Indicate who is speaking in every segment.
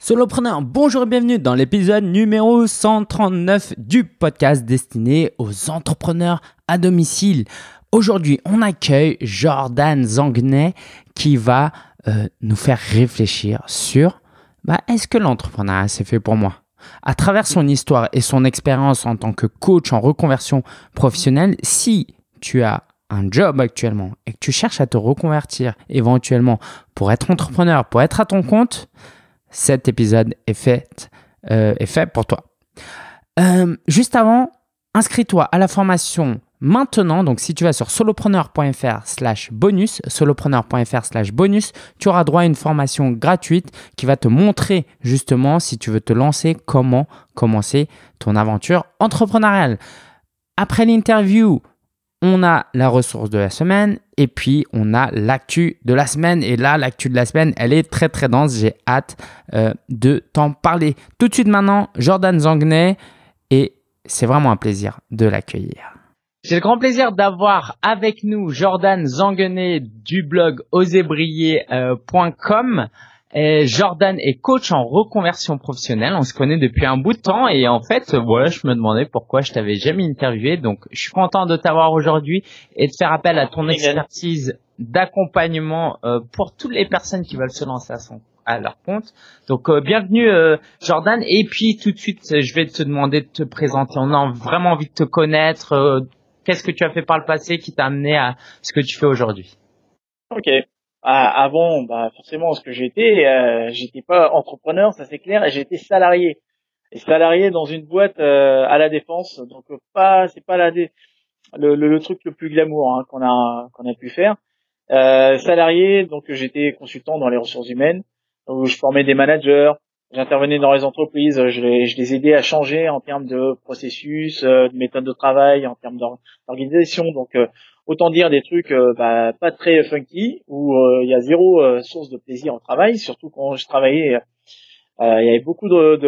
Speaker 1: Solopreneur, bonjour et bienvenue dans l'épisode numéro 139 du podcast destiné aux entrepreneurs à domicile. Aujourd'hui, on accueille Jordan Zanguenet qui va nous faire réfléchir sur est-ce que l'entrepreneuriat c'est fait pour moi ? À travers son histoire et son expérience en tant que coach en reconversion professionnelle, si tu as un job actuellement et que tu cherches à te reconvertir éventuellement pour être entrepreneur, pour être à ton compte, cet épisode est fait pour toi. Juste avant, inscris-toi à la formation maintenant. Donc, si tu vas sur solopreneur.fr/bonus, solopreneur.fr/bonus, tu auras droit à une formation gratuite qui va te montrer justement, si tu veux te lancer, comment commencer ton aventure entrepreneuriale. Après l'interview, on a la ressource de la semaine et puis on a l'actu de la semaine. Et là, l'actu de la semaine, elle est très très dense. J'ai hâte de t'en parler. Tout de suite maintenant, Jordan Zanguenet et c'est vraiment un plaisir de l'accueillir. J'ai le grand plaisir d'avoir avec nous Jordan Zanguenet du blog oserbriller.com. Jordan est coach en reconversion professionnelle. On se connaît depuis un bout de temps et en fait, voilà, je me demandais pourquoi je t'avais jamais interviewé. Donc, je suis content de t'avoir aujourd'hui et de faire appel à ton expertise d'accompagnement pour toutes les personnes qui veulent se lancer à leur compte. Donc, bienvenue Jordan. Et puis, tout de suite, je vais te demander de te présenter. On a vraiment envie de te connaître. Qu'est-ce que tu as fait par le passé qui t'a amené à ce que tu fais aujourd'hui?
Speaker 2: Ok. Avant, forcément, ce que j'étais pas entrepreneur, ça c'est clair, et j'étais salarié. Et salarié dans une boîte à la défense, donc c'est pas le truc le plus glamour qu'on a pu faire. Salarié, donc j'étais consultant dans les ressources humaines, où je formais des managers, j'intervenais dans les entreprises, je les aidais à changer en termes de processus, de méthode de travail, en termes d'organisation. Donc autant dire des trucs pas très funky, où il y a zéro source de plaisir au travail, surtout quand je travaillais, il y avait beaucoup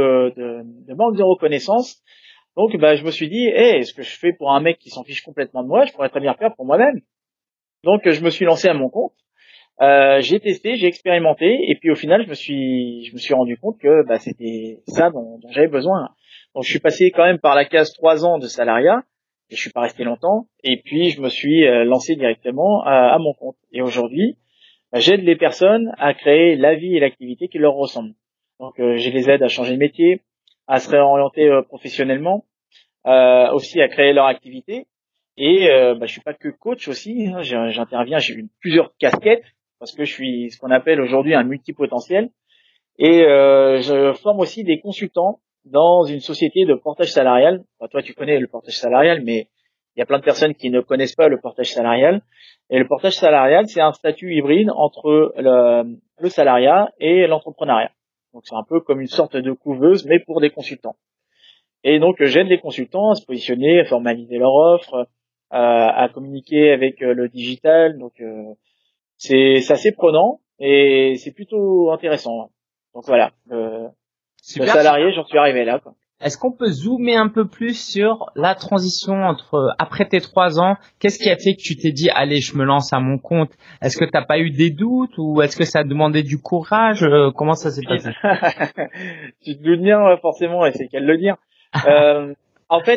Speaker 2: de manque de reconnaissance. Donc je me suis dit, ce que je fais pour un mec qui s'en fiche complètement de moi, je pourrais très bien le faire pour moi-même. Donc je me suis lancé à mon compte. J'ai testé, j'ai expérimenté, et puis au final, je me suis rendu compte que c'était ça dont j'avais besoin. Donc je suis passé quand même par la case 3 ans de salariat, et je suis pas resté longtemps. Et puis je me suis lancé directement à mon compte. Et aujourd'hui, j'aide les personnes à créer la vie et l'activité qui leur ressemblent. Donc je les aide à changer de métier, à se réorienter professionnellement, aussi à créer leur activité. Et je suis pas que coach aussi, j'interviens, j'ai eu plusieurs casquettes parce que je suis ce qu'on appelle aujourd'hui un multipotentiel. Et je forme aussi des consultants dans une société de portage salarial. Enfin, toi, tu connais le portage salarial, mais il y a plein de personnes qui ne connaissent pas le portage salarial. Et le portage salarial, c'est un statut hybride entre le salariat et l'entrepreneuriat. Donc c'est un peu comme une sorte de couveuse, mais pour des consultants. Et donc j'aide les consultants à se positionner, à formaliser leur offre, à communiquer avec le digital. Donc c'est assez prenant et c'est plutôt intéressant. Donc voilà, le salarié, j'en suis arrivé là, quoi.
Speaker 1: Est-ce qu'on peut zoomer un peu plus sur la transition entre après tes 3 ans, qu'est-ce qui a fait que tu t'es dit allez, je me lance à mon compte? Est-ce que t'as pas eu des doutes ou est-ce que ça a demandé du courage? Comment ça s'est passé?
Speaker 2: Tu te doutes bien forcément, et c'est qu'à le dire. En fait,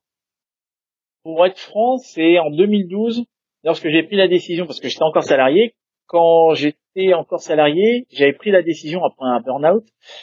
Speaker 2: pour être franc, c'est en 2012 lorsque j'ai pris la décision, parce que j'étais encore salarié. Quand j'étais encore salarié, j'avais pris la décision après un burn-out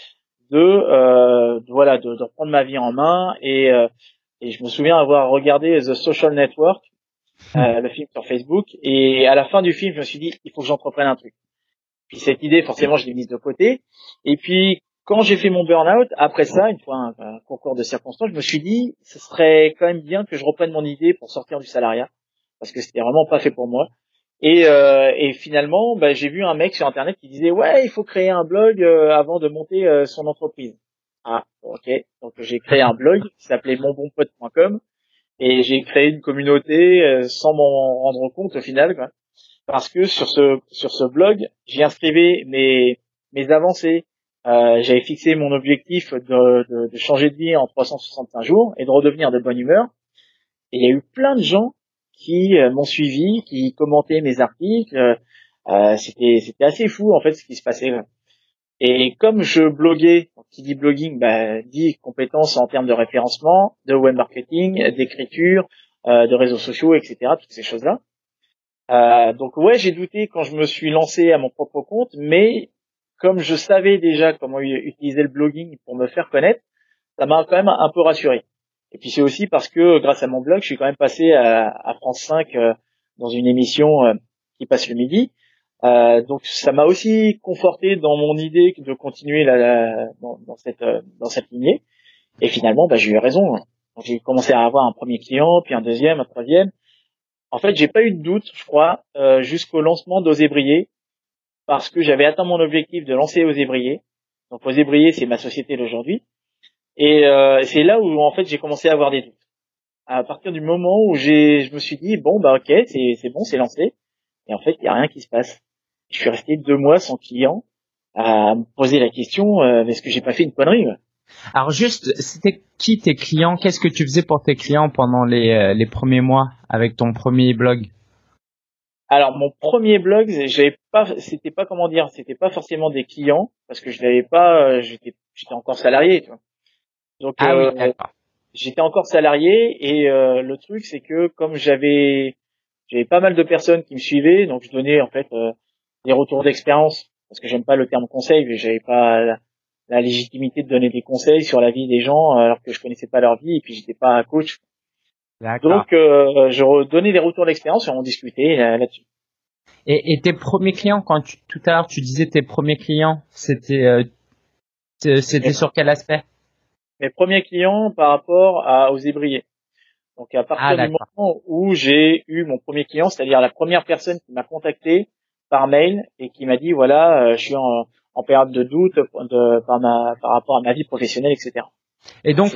Speaker 2: de reprendre ma vie en main, et je me souviens avoir regardé The Social Network, le film sur Facebook, et à la fin du film, je me suis dit il faut que j'entreprenne un truc. Puis cette idée, forcément, je l'ai mise de côté. Et puis quand j'ai fait mon burn-out, après ça, une fois un concours de circonstances, je me suis dit ce serait quand même bien que je reprenne mon idée pour sortir du salariat, parce que c'était vraiment pas fait pour moi. Et finalement, j'ai vu un mec sur internet qui disait ouais, il faut créer un blog avant de monter son entreprise. Ah, ok. Donc j'ai créé un blog qui s'appelait monbonpote.com, et j'ai créé une communauté sans m'en rendre compte au final, quoi. Parce que sur ce blog, j'y inscrivais mes avancées. J'avais fixé mon objectif de changer de vie en 365 jours et de redevenir de bonne humeur. Et il y a eu plein de gens qui m'ont suivi, qui commentaient mes articles. C'était assez fou en fait ce qui se passait. Et comme je bloguais, qui dit blogging, dit compétences en termes de référencement, de web marketing, d'écriture, de réseaux sociaux, etc., toutes ces choses-là. Donc ouais, j'ai douté quand je me suis lancé à mon propre compte, mais comme je savais déjà comment utiliser le blogging pour me faire connaître, ça m'a quand même un peu rassuré. Et puis c'est aussi parce que grâce à mon blog, je suis quand même passé à France 5 dans une émission qui passe le midi. Donc ça m'a aussi conforté dans mon idée de continuer dans cette lignée. Et finalement, j'ai eu raison. Donc, j'ai commencé à avoir un premier client, puis un deuxième, un troisième. En fait, j'ai pas eu de doute, je crois, jusqu'au lancement d'Oser Briller, parce que j'avais atteint mon objectif de lancer Oser Briller. Donc Oser Briller, c'est ma société d'aujourd'hui. Et c'est là où en fait j'ai commencé à avoir des doutes. À partir du moment où je me suis dit ok, c'est bon, c'est lancé. Et en fait, il y a rien qui se passe. Je suis resté 2 mois sans client à me poser la question est-ce que j'ai pas fait une connerie?
Speaker 1: Alors juste, c'était qui tes clients? Qu'est-ce que tu faisais pour tes clients pendant les premiers mois avec ton premier blog?
Speaker 2: Alors mon premier blog, c'était pas forcément des clients parce que je l'avais pas, j'étais encore salarié, tu vois. Donc
Speaker 1: Oui, d'accord.
Speaker 2: j'étais encore salarié et le truc c'est que comme j'avais pas mal de personnes qui me suivaient, donc je donnais en fait des retours d'expérience parce que j'aime pas le terme conseil, mais j'avais pas la légitimité de donner des conseils sur la vie des gens alors que je connaissais pas leur vie et puis j'étais pas un coach.
Speaker 1: D'accord.
Speaker 2: Donc je donnais des retours d'expérience et on discutait là-dessus.
Speaker 1: Et tes premiers clients, tout à l'heure tu disais tes premiers clients, c'était sur quel aspect?
Speaker 2: Mes premiers clients par rapport à Oser Briller. Donc à partir du moment où j'ai eu mon premier client, c'est-à-dire la première personne qui m'a contacté par mail et qui m'a dit voilà, je suis en période de doute par rapport à ma vie professionnelle, etc.
Speaker 1: Et donc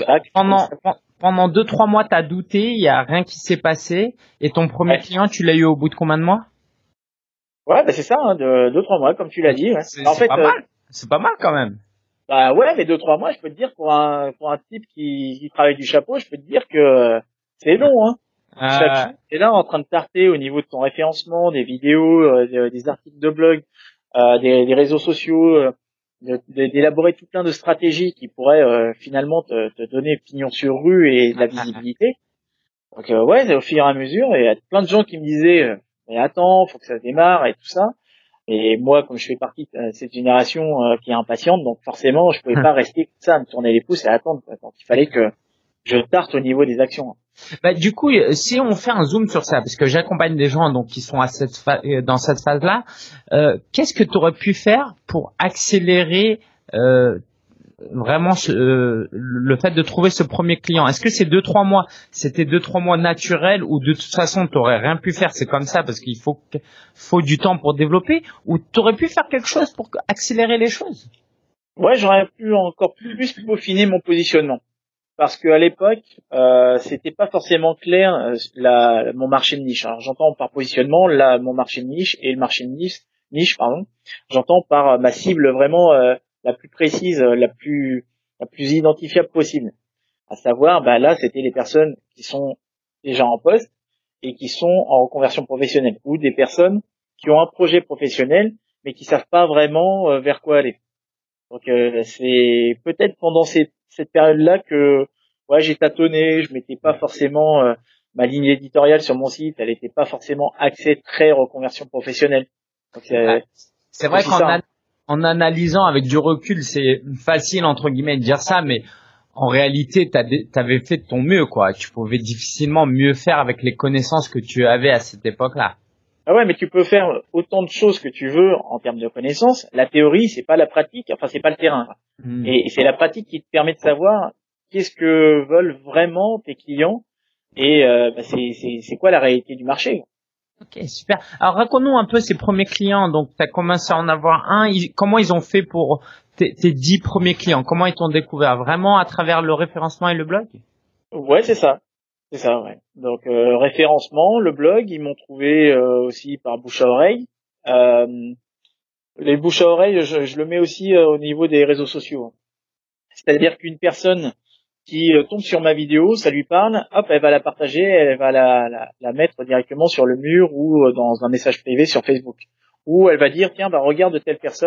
Speaker 1: pendant 2-3 mois t'as douté, il y a rien qui s'est passé et ton premier client tu l'as eu au bout de combien de mois?
Speaker 2: Ouais, c'est ça, hein, 2-3 mois comme tu l'as dit. Ouais.
Speaker 1: C'est pas mal. C'est pas mal quand même.
Speaker 2: Ouais, mais 2-3 mois, je peux te dire pour un type qui travaille du chapeau, je peux te dire que c'est long, hein. Chaque jour, t'es là en train de tarter au niveau de ton référencement, des vidéos, des articles de blog, des réseaux sociaux, d'élaborer tout plein de stratégies qui pourraient finalement te donner pignon sur rue et de la visibilité. Donc ouais, au fur et à mesure, et il y a plein de gens qui me disaient mais attends, faut que ça démarre et tout ça. Et moi, comme je fais partie de cette génération qui est impatiente, donc forcément, je pouvais pas rester comme ça, à me tourner les pouces et à attendre. Donc il fallait que je tarte au niveau des actions.
Speaker 1: Du coup, si on fait un zoom sur ça, parce que j'accompagne des gens donc qui sont dans cette phase-là, qu'est-ce que tu aurais pu faire pour accélérer vraiment le fait de trouver ce premier client? Est-ce que ces 2-3 mois, c'était 2-3 mois naturels ou de toute façon tu n'aurais rien pu faire, c'est comme ça parce qu'il faut du temps pour développer, ou tu aurais pu faire quelque chose pour accélérer les choses?
Speaker 2: Ouais, j'aurais pu encore plus peaufiner mon positionnement. Parce qu'à l'époque, c'était pas forcément clair mon marché de niche. Alors j'entends par positionnement là mon marché de niche et le marché de niche pardon. J'entends par ma cible vraiment la plus précise, la plus identifiable possible. À savoir, là c'était les personnes qui sont déjà en poste et qui sont en reconversion professionnelle, ou des personnes qui ont un projet professionnel mais qui savent pas vraiment vers quoi aller. Donc c'est peut-être pendant cette période-là que j'ai tâtonné, je mettais pas forcément ma ligne éditoriale sur mon site, elle était pas forcément axée très reconversion professionnelle. Donc,
Speaker 1: c'est vrai qu'en analysant avec du recul, c'est facile entre guillemets de dire ça, mais en réalité, t'avais fait de ton mieux, quoi. Tu pouvais difficilement mieux faire avec les connaissances que tu avais à cette époque-là.
Speaker 2: Ah ouais, mais tu peux faire autant de choses que tu veux en termes de connaissances. La théorie, c'est pas la pratique, enfin c'est pas le terrain. Et c'est la pratique qui te permet de savoir qu'est-ce que veulent vraiment tes clients et c'est quoi la réalité du marché.
Speaker 1: Ok, super. Alors raconte-nous un peu ces premiers clients. Donc tu as commencé à en avoir un. Comment ils ont fait pour tes 10 premiers clients? Comment ils t'ont découvert? Vraiment à travers le référencement et le blog?
Speaker 2: Ouais, c'est ça. C'est ça, ouais. Donc référencement, le blog, ils m'ont trouvé aussi par bouche à oreille. Les bouches à oreille, je le mets aussi au niveau des réseaux sociaux. C'est-à-dire qu'une personne qui tombe sur ma vidéo, ça lui parle, hop, elle va la partager, elle va la mettre directement sur le mur ou dans un message privé sur Facebook. Ou elle va dire tiens, regarde telle personne,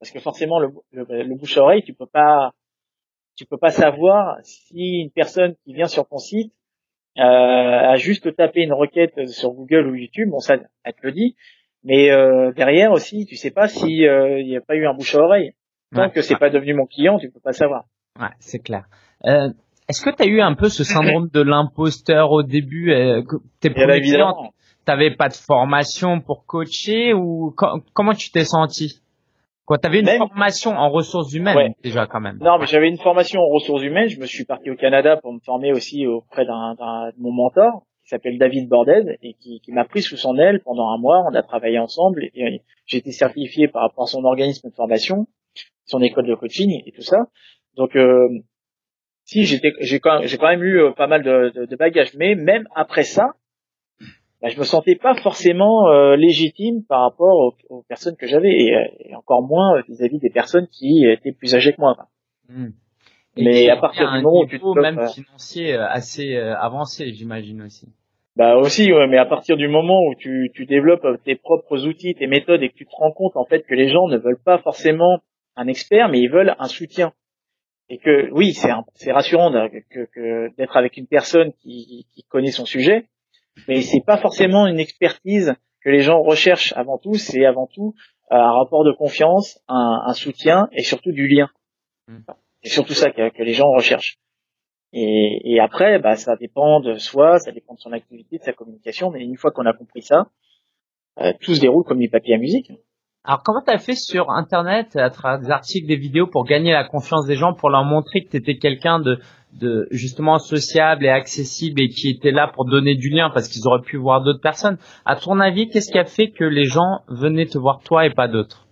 Speaker 2: parce que forcément le bouche à oreille, tu peux pas savoir si une personne qui vient sur ton site a juste tapé une requête sur Google ou YouTube, bon ça elle te le dit, mais derrière aussi tu sais pas si il n'y a pas eu un bouche à oreille. Tant que c'est pas devenu mon client, tu peux pas savoir.
Speaker 1: Ouais, c'est clair. Est-ce que tu as eu un peu ce syndrome de l'imposteur au début, que tes premiers clients, t'avais pas de formation pour coacher, ou comment tu t'es senti? Quoi, t'avais une formation en ressources humaines déjà quand même.
Speaker 2: Non, mais j'avais une formation en ressources humaines. Je me suis parti au Canada pour me former aussi auprès de mon mentor qui s'appelle David Bordez et qui m'a pris sous son aile pendant un mois. On a travaillé ensemble et j'ai été certifié par rapport à son organisme de formation, son école de coaching et tout ça. Donc si j'ai quand même eu pas mal de bagages, mais même après ça, je me sentais pas forcément légitime par rapport aux personnes que j'avais et encore moins vis-à-vis des personnes qui étaient plus âgées que moi.
Speaker 1: Mais à partir du moment où tu te même financier assez avancé, j'imagine aussi.
Speaker 2: Bah aussi, ouais, mais à partir du moment où tu développes tes propres outils, tes méthodes et que tu te rends compte en fait que les gens ne veulent pas forcément un expert, mais ils veulent un soutien. Et que oui, c'est rassurant que d'être avec une personne qui connaît son sujet. Mais c'est pas forcément une expertise que les gens recherchent avant tout, c'est avant tout un rapport de confiance, un soutien et surtout du lien. C'est surtout ça que les gens recherchent. Et après, ça dépend de soi, ça dépend de son activité, de sa communication, mais une fois qu'on a compris ça, tout se déroule comme du papier à musique.
Speaker 1: Alors, comment t'as fait sur Internet, à travers des articles, des vidéos, pour gagner la confiance des gens, pour leur montrer que t'étais quelqu'un de justement sociable et accessible et qui était là pour donner du lien parce qu'ils auraient pu voir d'autres personnes? À ton avis, qu'est-ce qui a fait que les gens venaient te voir toi et pas d'autres?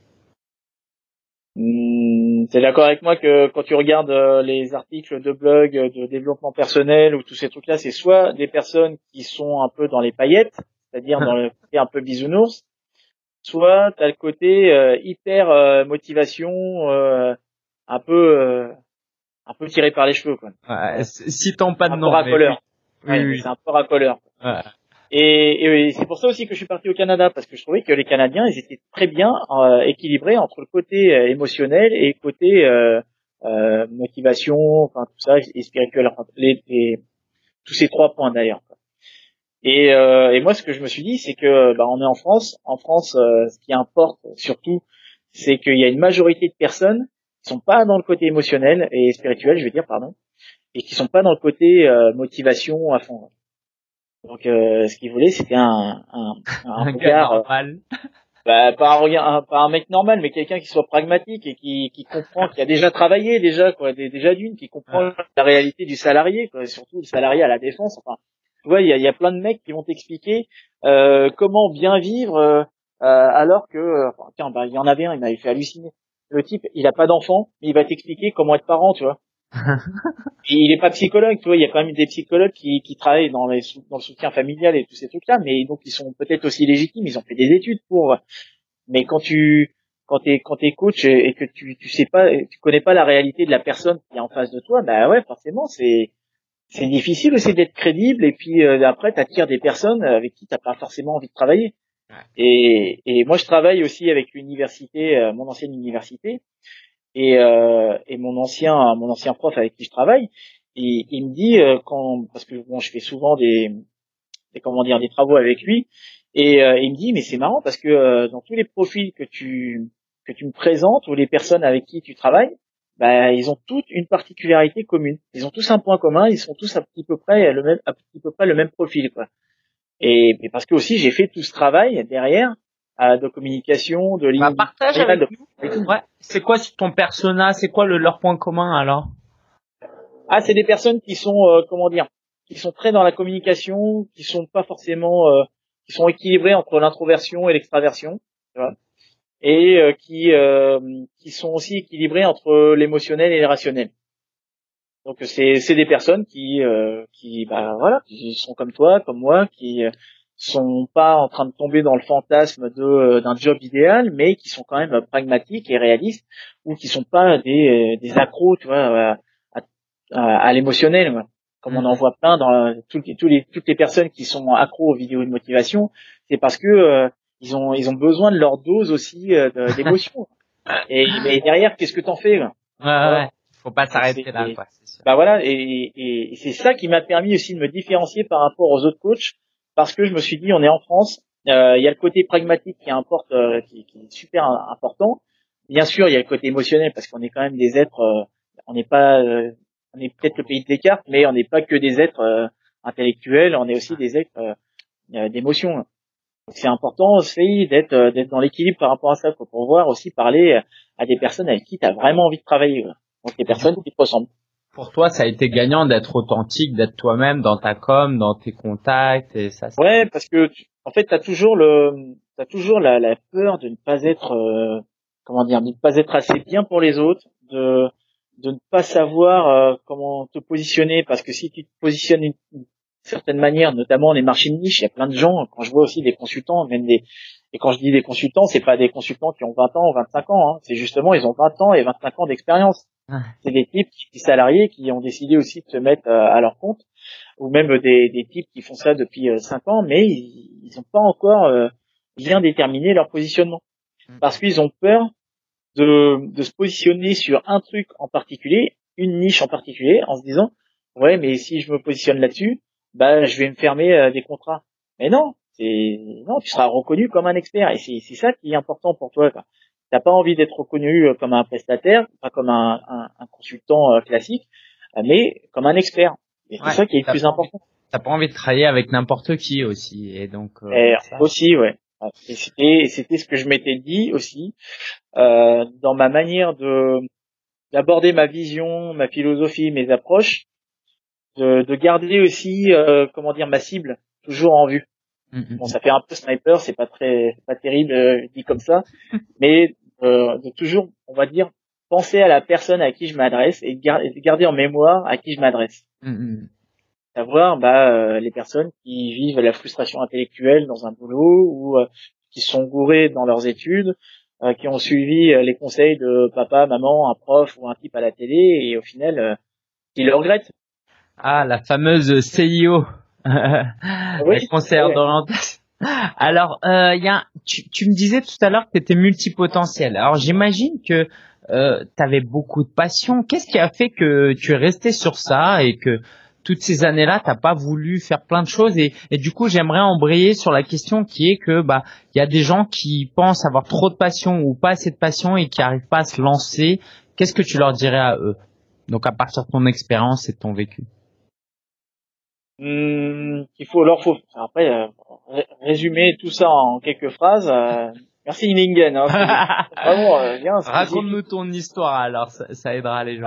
Speaker 2: T'es d'accord avec moi que quand tu regardes les articles de blog, de développement personnel ou tous ces trucs-là, c'est soit des personnes qui sont un peu dans les paillettes, c'est-à-dire dans le côté un peu bisounours, soit t'as le côté hyper motivation, un peu tiré par les cheveux, quoi.
Speaker 1: Ouais, citant pas de nom.
Speaker 2: Racoleur.
Speaker 1: Oui.
Speaker 2: C'est un peu racoleur.
Speaker 1: Ouais.
Speaker 2: Et c'est pour ça aussi que je suis parti au Canada, parce que je trouvais que les Canadiens, ils étaient très bien équilibrés entre le côté émotionnel et le côté motivation, enfin tout ça, et spirituel, enfin, tous ces trois points d'ailleurs. Et moi, ce que je me suis dit, c'est que on est en France. En France, ce qui importe surtout, c'est qu'il y a une majorité de personnes qui sont pas dans le côté émotionnel et spirituel, je vais dire, pardon, et qui sont pas dans le côté motivation à fond. Donc, ce qu'ils voulaient, c'était un regard
Speaker 1: normal.
Speaker 2: Pas un mec normal, mais quelqu'un qui soit pragmatique et qui comprend, qui a déjà travaillé déjà d'une, qui comprend la réalité du salarié, quoi, surtout le salarié à la défense. Enfin, tu vois, il y a plein de mecs qui vont t'expliquer comment bien vivre alors que il y en avait un, il m'avait fait halluciner. Le type, il a pas d'enfant, mais il va t'expliquer comment être parent, tu vois. Et il est pas psychologue, tu vois, il y a quand même des psychologues qui travaillent dans le soutien familial et tous ces trucs-là, mais donc ils sont peut-être aussi légitimes, ils ont fait des études mais quand t'es coach et que tu sais pas, tu connais pas la réalité de la personne qui est en face de toi, forcément c'est difficile aussi d'être crédible, et puis après t'attires des personnes avec qui t'as pas forcément envie de travailler. Et moi je travaille aussi avec l'université, mon ancienne université, et mon ancien prof avec qui je travaille, et il me dit parce que je fais souvent des travaux avec lui, et il me dit, mais c'est marrant parce que dans tous les profils que tu me présentes, ou les personnes avec qui tu travailles, ils ont toutes une particularité commune. Ils ont tous un point commun, ils sont tous un petit peu près le même profil, quoi. Et parce que aussi j'ai fait tout ce travail derrière de communication, de ligne.
Speaker 1: Partage avec nous. Ouais. C'est quoi ton persona? C'est quoi leur point commun alors?
Speaker 2: Ah, c'est des personnes qui sont qui sont très dans la communication, qui sont pas forcément qui sont équilibrées entre l'introversion et l'extraversion, tu vois, et qui sont aussi équilibrées entre l'émotionnel et le rationnel. Donc c'est des personnes qui sont comme toi, comme moi, qui sont pas en train de tomber dans le fantasme d'un job idéal, mais qui sont quand même pragmatiques et réalistes, ou qui sont pas des accros, tu vois, à l'émotionnel, ouais. Comme on en voit plein dans toutes les personnes qui sont accros aux vidéos de motivation, c'est parce que ils ont besoin de leur dose aussi d'émotion. Mais derrière, qu'est-ce que t'en fais, là?
Speaker 1: Ouais. Faut pas s'arrêter là, quoi, c'est sûr.
Speaker 2: Bah voilà, et c'est ça qui m'a permis aussi de me différencier par rapport aux autres coachs, parce que je me suis dit, on est en France, il y a le côté pragmatique qui importe, qui est super important. Bien sûr, il y a le côté émotionnel, parce qu'on est quand même des êtres, on n'est pas, on est peut-être le pays de Descartes, mais on n'est pas que des êtres intellectuels, on est aussi des êtres d'émotions. Donc c'est important aussi d'être dans l'équilibre par rapport à ça, pour pouvoir aussi parler à des personnes avec qui tu as vraiment envie de travailler. Donc des personnes qui te ressemblent.
Speaker 1: Pour toi, ça a été gagnant d'être authentique, d'être toi-même dans ta com, dans tes contacts et ça.
Speaker 2: Ouais, parce que en fait, t'as toujours la peur de ne pas être, comment dire, de ne pas être assez bien pour les autres, de ne pas savoir comment te positionner, parce que si tu te positionnes d'une certaine manière, notamment dans les marchés de niche, il y a plein de gens. Quand je vois aussi des consultants, et quand je dis des consultants, c'est pas des consultants qui ont 20 ans ou 25 ans, hein, c'est justement ils ont 20 ans et 25 ans d'expérience. C'est des types des salariés qui ont décidé aussi de se mettre à leur compte, ou même des types qui font ça depuis 5 ans, mais ils n'ont pas encore bien déterminé leur positionnement, parce qu'ils ont peur de se positionner sur un truc en particulier, une niche en particulier, en se disant ouais, mais si je me positionne là-dessus, bah je vais me fermer des contrats. Mais non, tu seras reconnu comme un expert, et c'est ça qui est important pour toi, quoi. T'as pas envie d'être reconnu comme un prestataire, pas comme un consultant classique, mais comme un expert. Et c'est ça qui est le plus important.
Speaker 1: T'as pas envie de travailler avec n'importe qui aussi, et donc
Speaker 2: aussi, ouais. Et c'était ce que je m'étais dit aussi dans ma manière d'aborder ma vision, ma philosophie, mes approches, de garder aussi comment dire, ma cible toujours en vue. Bon, ça fait un peu sniper, c'est pas terrible dit comme ça, mais de toujours, on va dire, penser à la personne à qui je m'adresse et de garder en mémoire à qui je m'adresse. Savoir les personnes qui vivent la frustration intellectuelle dans un boulot, ou qui sont gourées dans leurs études, qui ont suivi les conseils de papa, maman, un prof ou un type à la télé, et au final qui le regrettent.
Speaker 1: Ah, la fameuse CIO, la conseillère d'orientation. Alors, tu me disais tout à l'heure que tu étais multipotentiel. Alors, j'imagine que tu avais beaucoup de passion. Qu'est-ce qui a fait que tu es resté sur ça et que toutes ces années-là, t'as pas voulu faire plein de choses, et du coup, j'aimerais embrayer sur la question qui est que il y a des gens qui pensent avoir trop de passion ou pas assez de passion et qui arrivent pas à se lancer. Qu'est-ce que tu leur dirais à eux? Donc, à partir de ton expérience et de ton vécu.
Speaker 2: Faut après résumer tout ça en quelques phrases. Merci Lingen. Vraiment bien.
Speaker 1: Raconte-nous ton histoire, alors ça aidera les gens.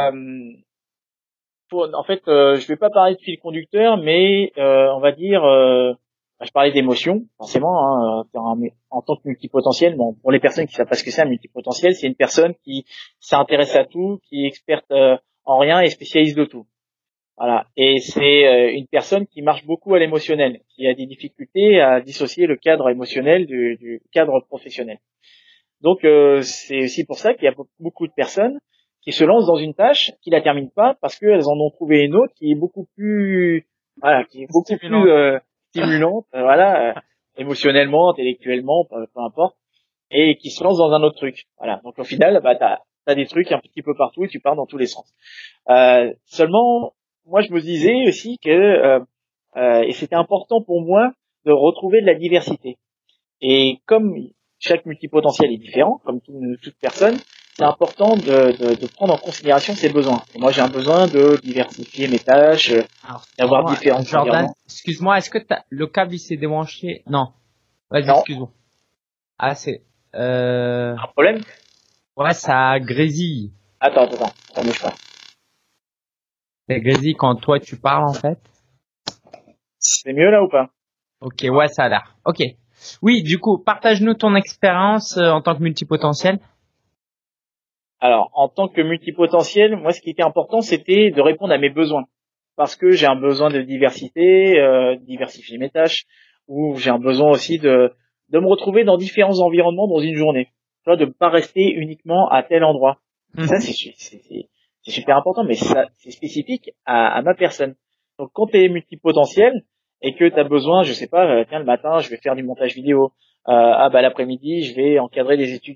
Speaker 2: En fait, je vais pas parler de fil conducteur, mais on va dire, je parlais d'émotion, forcément. En tant que multipotentiel, bon, pour les personnes qui savent pas ce que c'est un multipotentiel, c'est une personne qui s'intéresse à tout, qui est experte en rien et spécialiste de tout. Voilà. Et c'est une personne qui marche beaucoup à l'émotionnel, qui a des difficultés à dissocier le cadre émotionnel du cadre professionnel. Donc c'est aussi pour ça qu'il y a beaucoup de personnes qui se lancent dans une tâche, qui la terminent pas parce qu'elles en ont trouvé une autre qui est beaucoup plus, stimulante, émotionnellement, intellectuellement, peu importe, et qui se lancent dans un autre truc. Voilà. Donc au final, t'as des trucs un petit peu partout et tu pars dans tous les sens. Seulement, moi je me disais aussi que et c'était important pour moi de retrouver de la diversité. Et comme chaque multipotentiel est différent, comme toute personne, c'est important de prendre en considération ses besoins. Et moi, j'ai un besoin de diversifier mes tâches, d'avoir différents.
Speaker 1: Jordan, excuse-moi, est-ce que le câble il s'est débranché? Non. Vas-y, excuse-moi. Ah, c'est
Speaker 2: un problème?
Speaker 1: Ouais, ça grésille.
Speaker 2: Attends, ça bouge pas.
Speaker 1: Ça grésille quand toi tu parles, en fait.
Speaker 2: C'est mieux là ou pas?
Speaker 1: Ok, ouais, ça a l'air. Ok. Oui, du coup, partage-nous ton expérience en tant que multipotentiel.
Speaker 2: Alors, en tant que multipotentiel, moi, ce qui était important, c'était de répondre à mes besoins. Parce que j'ai un besoin de diversité, diversifier mes tâches, ou j'ai un besoin aussi de me retrouver dans différents environnements dans une journée. Tu vois, de ne pas rester uniquement à tel endroit. Ça, c'est super important, mais ça, c'est spécifique à ma personne. Donc, quand tu es multipotentiel et que tu as besoin, je sais pas, tiens, le matin, je vais faire du montage vidéo. L'après-midi, je vais encadrer des étudiants.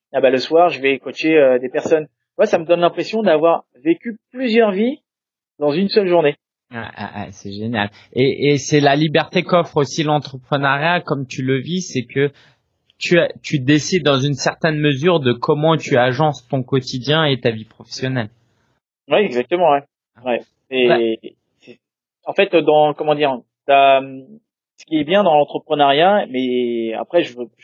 Speaker 2: ah bah le soir je vais coacher des personnes. Ouais, ça me donne l'impression d'avoir vécu plusieurs vies dans une seule journée.
Speaker 1: C'est génial. Et c'est la liberté qu'offre aussi l'entrepreneuriat, comme tu le vis, c'est que tu décides dans une certaine mesure de comment tu agences ton quotidien et ta vie professionnelle.
Speaker 2: Oui, exactement, ouais. Ouais. En fait, ce qui est bien dans l'entrepreneuriat, mais après,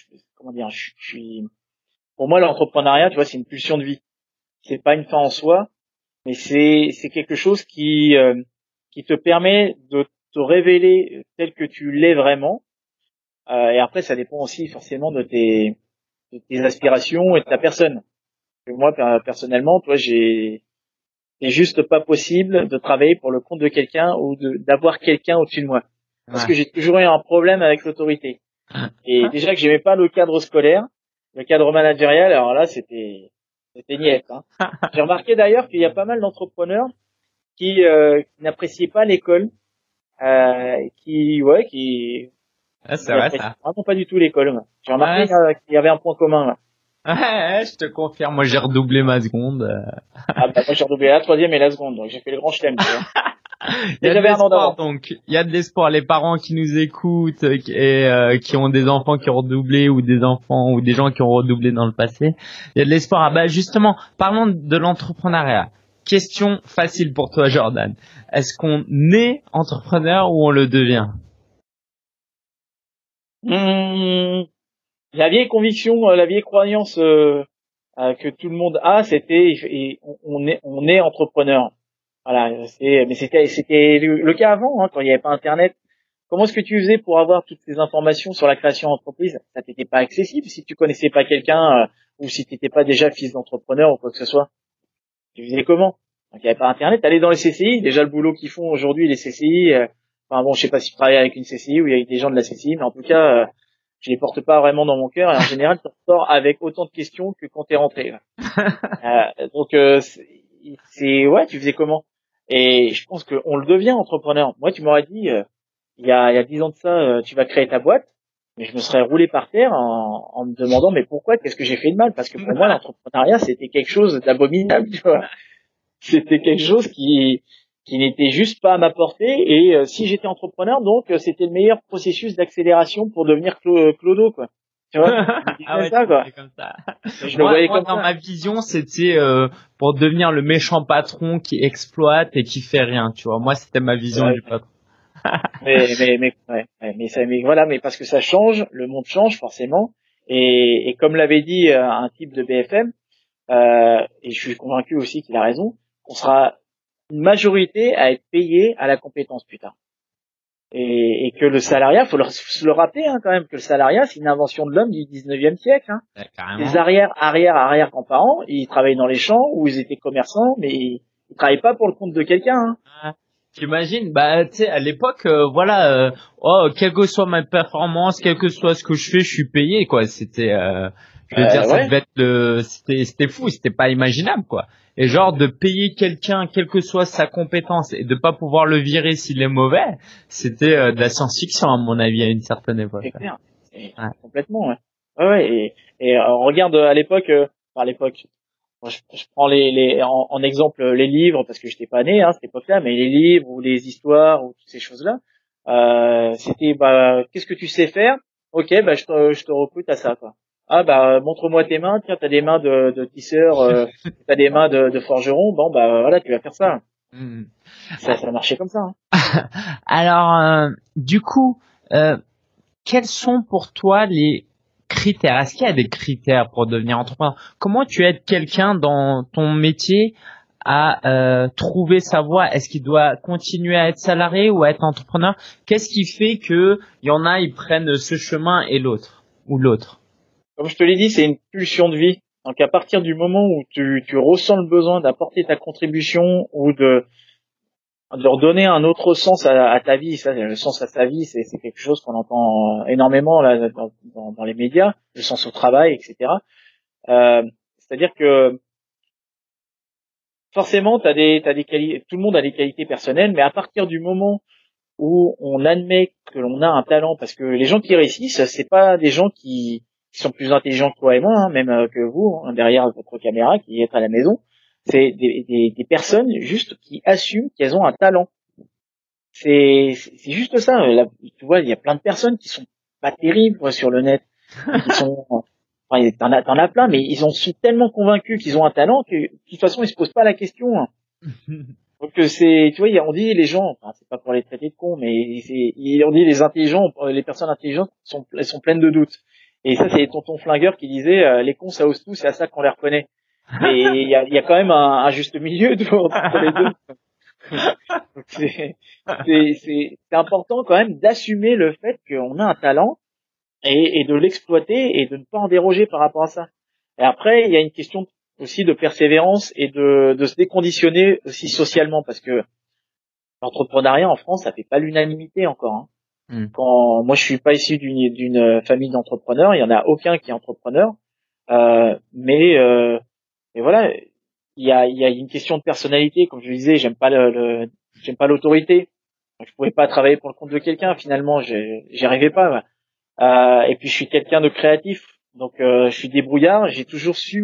Speaker 2: pour moi, l'entrepreneuriat, tu vois, c'est une pulsion de vie. C'est pas une fin en soi, mais c'est quelque chose qui te permet de te révéler tel que tu l'es vraiment. Et après, ça dépend aussi forcément de tes aspirations et de ta personne. Moi, personnellement, toi, c'est juste pas possible de travailler pour le compte de quelqu'un ou d'avoir quelqu'un au-dessus de moi. Parce que j'ai toujours eu un problème avec l'autorité. Et déjà que j'aimais pas le cadre scolaire, le cadre managérial, alors là, c'était niette, hein. J'ai remarqué d'ailleurs qu'il y a pas mal d'entrepreneurs qui n'appréciaient pas l'école, qui
Speaker 1: c'est vrai ça.
Speaker 2: Vraiment pas du tout l'école. J'ai remarqué qu'il y avait un point commun, là.
Speaker 1: Je te confirme, moi j'ai redoublé ma seconde.
Speaker 2: Ah bah moi j'ai redoublé la troisième et la seconde, donc j'ai fait le grand chelem, tu vois.
Speaker 1: Il y a de l'espoir, donc. Il y a de l'espoir. Les parents qui nous écoutent et qui ont des enfants qui ont redoublé ou des enfants ou des gens qui ont redoublé dans le passé, il y a de l'espoir. Ah bah justement, parlons de l'entrepreneuriat. Question facile pour toi, Jordan. Est-ce qu'on est entrepreneur ou on le devient?
Speaker 2: La vieille conviction, la vieille croyance que tout le monde a, c'était on est entrepreneur. Voilà, mais c'était le cas avant, hein, quand il n'y avait pas Internet. Comment est-ce que tu faisais pour avoir toutes ces informations sur la création d'entreprise? Ça t'était pas accessible si tu connaissais pas quelqu'un ou si t'étais pas déjà fils d'entrepreneur ou quoi que ce soit. Tu faisais comment? Donc il n'y avait pas Internet. T'allais dans les CCI, déjà le boulot qu'ils font aujourd'hui les CCI. Enfin bon, je sais pas si tu travailles avec une CCI ou il y a des gens de la CCI, mais en tout cas, je les porte pas vraiment dans mon cœur. Et en général, tu ressors avec autant de questions que quand t'es rentré. Donc ouais, tu faisais comment? Et je pense qu'on le devient entrepreneur. Moi, tu m'aurais dit il y a 10 ans de ça, tu vas créer ta boîte, mais je me serais roulé par terre en me demandant mais pourquoi, qu'est-ce que j'ai fait de mal? Parce que pour moi, l'entrepreneuriat, c'était quelque chose d'abominable, tu vois. C'était quelque chose qui n'était juste pas à ma portée. Et si j'étais entrepreneur, donc c'était le meilleur processus d'accélération pour devenir clodo, quoi. Tu vois,
Speaker 1: ça, quoi. Comme ça. Je le voyais comme ça. Dans ma vision, c'était pour devenir le méchant patron qui exploite et qui fait rien, tu vois. Moi, c'était ma vision du patron.
Speaker 2: mais voilà, mais parce que ça change, le monde change forcément. Et comme l'avait dit un type de BFM, et je suis convaincu aussi qu'il a raison, on sera une majorité à être payé à la compétence plus tard. Et que le salariat, faut se le rappeler, hein, quand même, que le salariat, c'est une invention de l'homme du 19e siècle, hein. Les arrière grands-parents, ils travaillaient dans les champs où ils étaient commerçants, mais ils travaillaient pas pour le compte de quelqu'un, hein.
Speaker 1: T'imagines, tu sais, à l'époque, quelle que soit ma performance, quel que soit ce que je fais, je suis payé, quoi. C'était, ça devait être c'était fou, c'était pas imaginable, quoi. Et genre de payer quelqu'un, quelle que soit sa compétence, et de pas pouvoir le virer s'il est mauvais, c'était de la science-fiction à mon avis à une certaine époque.
Speaker 2: C'est clair, complètement. Ouais. Ouais. Et on regarde à l'époque, moi, je prends en exemple les livres parce que j'étais pas né à cette époque-là, mais les livres ou les histoires ou toutes ces choses-là, c'était qu'est-ce que tu sais faire? Ok, je te recrute à ça, quoi. Ah montre-moi tes mains, tiens, t'as des mains de tisseur, t'as des mains de forgeron, bon voilà, tu vas faire ça. Ça marchait comme ça, hein.
Speaker 1: Alors du coup, quels sont pour toi les critères? Est-ce qu'il y a des critères pour devenir entrepreneur? Comment tu aides quelqu'un dans ton métier à trouver sa voie? Est-ce qu'il doit continuer à être salarié ou à être entrepreneur? Qu'est-ce qui fait que il y en a, ils prennent ce chemin et l'autre ou l'autre?
Speaker 2: Comme je te l'ai dit, c'est une pulsion de vie. Donc à partir du moment où tu ressens le besoin d'apporter ta contribution ou de leur donner un autre sens à ta vie, ça, le sens à sa vie, c'est quelque chose qu'on entend énormément là dans les médias, le sens au travail, etc. C'est-à-dire que forcément, t'as des qualités, tout le monde a des qualités personnelles, mais à partir du moment où on admet que l'on a un talent, parce que les gens qui réussissent, c'est pas des gens qui qui sont plus intelligents que toi et moi, hein, même que vous, hein, derrière votre caméra qui est à la maison. C'est des personnes juste qui assument qu'elles ont un talent. C'est juste ça. Là, tu vois, il y a plein de personnes qui sont pas terribles quoi, sur le net, qui sont, enfin, t'en as plein, mais ils en sont tellement convaincus qu'ils ont un talent que de toute façon ils se posent pas la question. Hein. Donc c'est, tu vois, on dit les gens, enfin c'est pas pour les traiter de cons, mais on dit les intelligents, les personnes intelligentes elles sont pleines de doutes. Et ça c'est Tonton Flingueur qui disait les cons ça ose tout, c'est à ça qu'on les reconnaît. Mais il y a quand même un juste milieu entre les deux. Donc c'est important quand même d'assumer le fait qu'on a un talent et de l'exploiter et de ne pas en déroger par rapport à ça. Et après, il y a une question aussi de persévérance et de se déconditionner aussi socialement parce que l'entrepreneuriat en France, ça fait pas l'unanimité encore. Hein. Quand moi, je suis pas issu d'une famille d'entrepreneurs, il y en a aucun qui est entrepreneur, mais voilà, il y a une question de personnalité, comme je le disais, j'aime pas l'autorité. Je pouvais pas travailler pour le compte de quelqu'un, finalement, j'y arrivais pas. Et puis je suis quelqu'un de créatif, donc je suis débrouillard. J'ai toujours su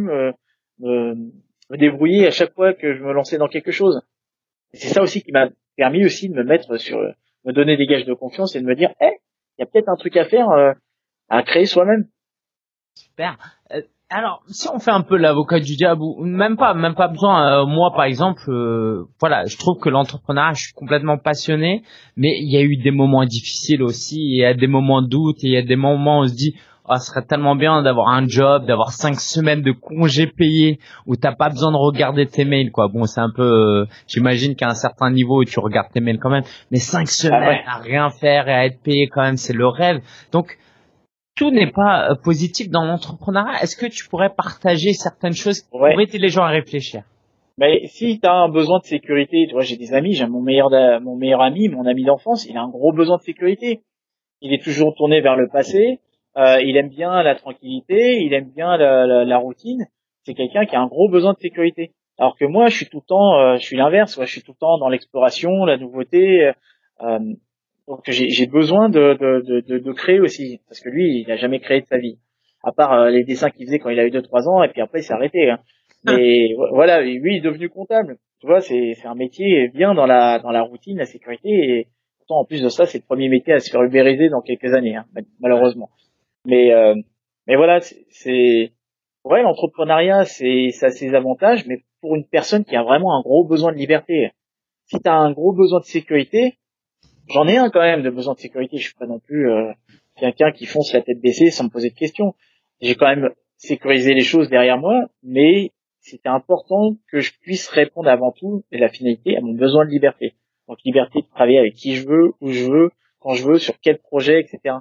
Speaker 2: me débrouiller à chaque fois que je me lançais dans quelque chose. Et c'est ça aussi qui m'a permis aussi de me mettre me donner des gages de confiance et de me dire, il y a peut-être un truc à faire, à créer soi-même.
Speaker 1: Super. Alors, si on fait un peu l'avocat du diable, ou même pas besoin. Moi, par exemple, voilà, je trouve que l'entrepreneuriat, je suis complètement passionné, mais il y a eu des moments difficiles aussi, il y a des moments de doute, et il y a des moments où on se dit, oh, ce serait tellement bien d'avoir un job, d'avoir 5 semaines de congés payés, où t'as pas besoin de regarder tes mails, quoi. Bon, c'est un peu, j'imagine qu'à un certain niveau, tu regardes tes mails quand même, mais 5 semaines à rien faire et à être payé quand même, c'est le rêve. Donc, tout n'est pas positif dans l'entrepreneuriat. Est-ce que tu pourrais partager certaines choses pour aider les gens à réfléchir?
Speaker 2: Mais si tu as un besoin de sécurité, tu vois, j'ai des amis, j'ai mon meilleur ami, mon ami d'enfance, il a un gros besoin de sécurité. Il est toujours tourné vers le passé, il aime bien la tranquillité, il aime bien la routine. C'est quelqu'un qui a un gros besoin de sécurité. Alors que moi, je suis tout le temps, je suis l'inverse, je suis tout le temps dans l'exploration, la nouveauté. Donc j'ai besoin de créer aussi, parce que lui, il n'a jamais créé de sa vie, à part les dessins qu'il faisait quand il a eu 2-3 ans, et puis après il s'est arrêté. Hein. Mais voilà, lui il est devenu comptable. Tu vois, c'est un métier bien dans la routine, la sécurité, et pourtant en plus de ça, c'est le premier métier à se faire ubériser dans quelques années, hein, malheureusement. Mais voilà, c'est ouais, l'entrepreneuriat, ça a ses avantages, mais pour une personne qui a vraiment un gros besoin de liberté. Si tu as un gros besoin de sécurité, j'en ai un quand même de besoin de sécurité. Je suis pas non plus quelqu'un qui fonce la tête baissée sans me poser de questions. J'ai quand même sécurisé les choses derrière moi, mais c'était important que je puisse répondre avant tout et la finalité à mon besoin de liberté. Donc liberté de travailler avec qui je veux, où je veux, quand je veux, sur quel projet, etc.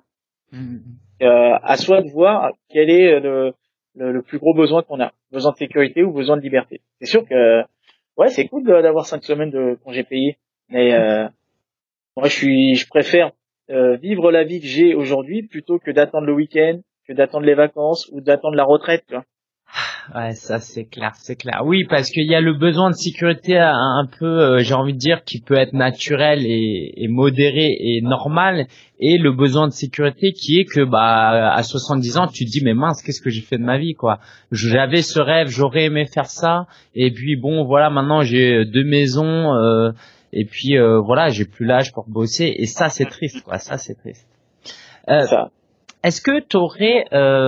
Speaker 2: À soi de voir quel est le plus gros besoin qu'on a. Besoin de sécurité ou besoin de liberté. C'est sûr que ouais, c'est cool d'avoir 5 semaines de congés payés, mais moi, je préfère vivre la vie que j'ai aujourd'hui plutôt que d'attendre le week-end, que d'attendre les vacances ou d'attendre la retraite. Tu vois.
Speaker 1: Ouais, ça c'est clair, c'est clair. Oui, parce qu'il y a le besoin de sécurité un peu, j'ai envie de dire, qui peut être naturel et modéré et normal, et le besoin de sécurité qui est que à 70 ans, tu te dis mais mince, qu'est-ce que j'ai fait de ma vie quoi. J'avais ce rêve, j'aurais aimé faire ça, et puis bon voilà, maintenant j'ai 2 maisons. Et puis voilà, j'ai plus l'âge pour bosser, et ça c'est triste quoi, ça c'est triste. Est-ce que tu aurais